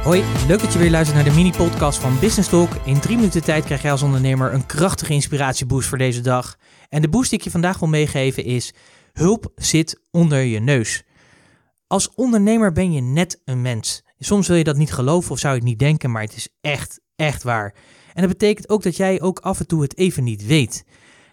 Hoi, leuk dat je weer luistert naar de mini-podcast van Business Talk. In 3 minuten tijd krijg jij als ondernemer een krachtige inspiratieboost voor deze dag. En de boost die ik je vandaag wil meegeven is: hulp zit onder je neus. Als ondernemer ben je net een mens. Soms wil je dat niet geloven of zou je het niet denken, maar het is echt waar. En dat betekent ook dat jij ook af en toe het even niet weet.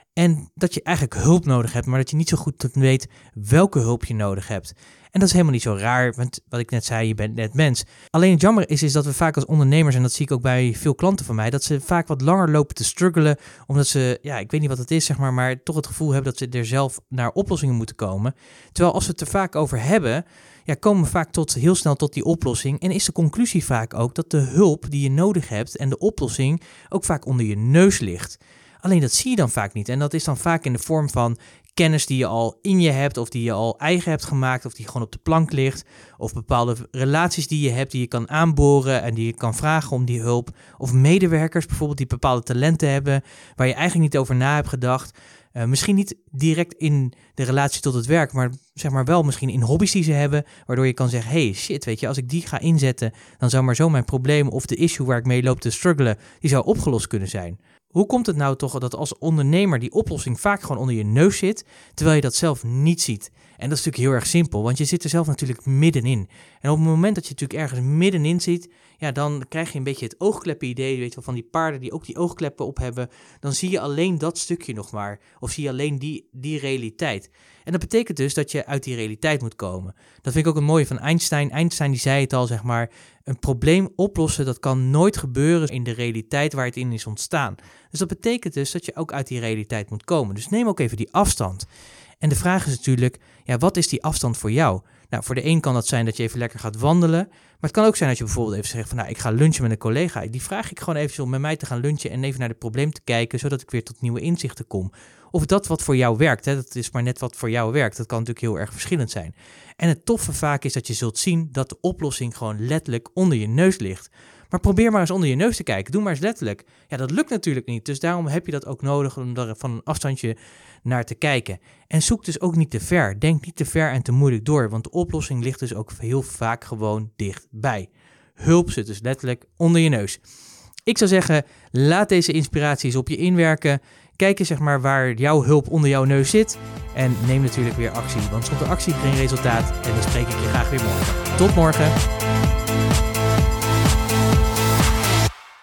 En dat je eigenlijk hulp nodig hebt, maar dat je niet zo goed weet welke hulp je nodig hebt. En dat is helemaal niet zo raar, want wat ik net zei, je bent net mens. Alleen het jammer is dat we vaak als ondernemers, en dat zie ik ook bij veel klanten van mij, dat ze vaak wat langer lopen te struggelen, omdat ze, ik weet niet wat het is, maar toch het gevoel hebben dat ze er zelf naar oplossingen moeten komen. Terwijl als we het er vaak over hebben, komen we vaak heel snel tot die oplossing. En is de conclusie vaak ook dat de hulp die je nodig hebt en de oplossing ook vaak onder je neus ligt. Alleen dat zie je dan vaak niet. En dat is dan vaak in de vorm van kennis die je al in je hebt, of die je al eigen hebt gemaakt, of die gewoon op de plank ligt, of bepaalde relaties die je hebt, die je kan aanboren en die je kan vragen om die hulp, of medewerkers bijvoorbeeld die bepaalde talenten hebben, waar je eigenlijk niet over na hebt gedacht. Misschien niet direct in de relatie tot het werk, maar zeg maar wel misschien in hobby's die ze hebben, waardoor je kan zeggen, hey shit, weet je, als ik die ga inzetten, dan zou maar zo mijn probleem of de issue waar ik mee loop te struggelen, die zou opgelost kunnen zijn. Hoe komt het nou toch dat als ondernemer die oplossing vaak gewoon onder je neus zit, terwijl je dat zelf niet ziet? En dat is natuurlijk heel erg simpel, want je zit er zelf natuurlijk middenin. En op het moment dat je natuurlijk ergens middenin zit, dan krijg je een beetje het oogkleppen-idee, weet je wel, van die paarden die ook die oogkleppen op hebben. Dan zie je alleen dat stukje nog maar, of zie je alleen die realiteit. En dat betekent dus dat je uit die realiteit moet komen. Dat vind ik ook een mooie van Einstein. Einstein die zei het al, zeg maar, een probleem oplossen, dat kan nooit gebeuren in de realiteit waar het in is ontstaan. Dus dat betekent dus dat je ook uit die realiteit moet komen. Dus neem ook even die afstand. En de vraag is natuurlijk, wat is die afstand voor jou? Nou, voor de een kan dat zijn dat je even lekker gaat wandelen. Maar het kan ook zijn dat je bijvoorbeeld even zegt van, ik ga lunchen met een collega. Die vraag ik gewoon even om met mij te gaan lunchen en even naar het probleem te kijken, zodat ik weer tot nieuwe inzichten kom. Of dat wat voor jou werkt, dat is maar net wat voor jou werkt. Dat kan natuurlijk heel erg verschillend zijn. En het toffe vaak is dat je zult zien dat de oplossing gewoon letterlijk onder je neus ligt. Maar probeer maar eens onder je neus te kijken. Doe maar eens letterlijk. Dat lukt natuurlijk niet. Dus daarom heb je dat ook nodig om er van een afstandje naar te kijken. En zoek dus ook niet te ver. Denk niet te ver en te moeilijk door. Want de oplossing ligt dus ook heel vaak gewoon dichtbij. Hulp zit dus letterlijk onder je neus. Ik zou zeggen, laat deze inspiraties op je inwerken. Kijk eens waar jouw hulp onder jouw neus zit. En neem natuurlijk weer actie. Want zonder actie geen resultaat. En dan spreek ik je graag weer morgen. Tot morgen.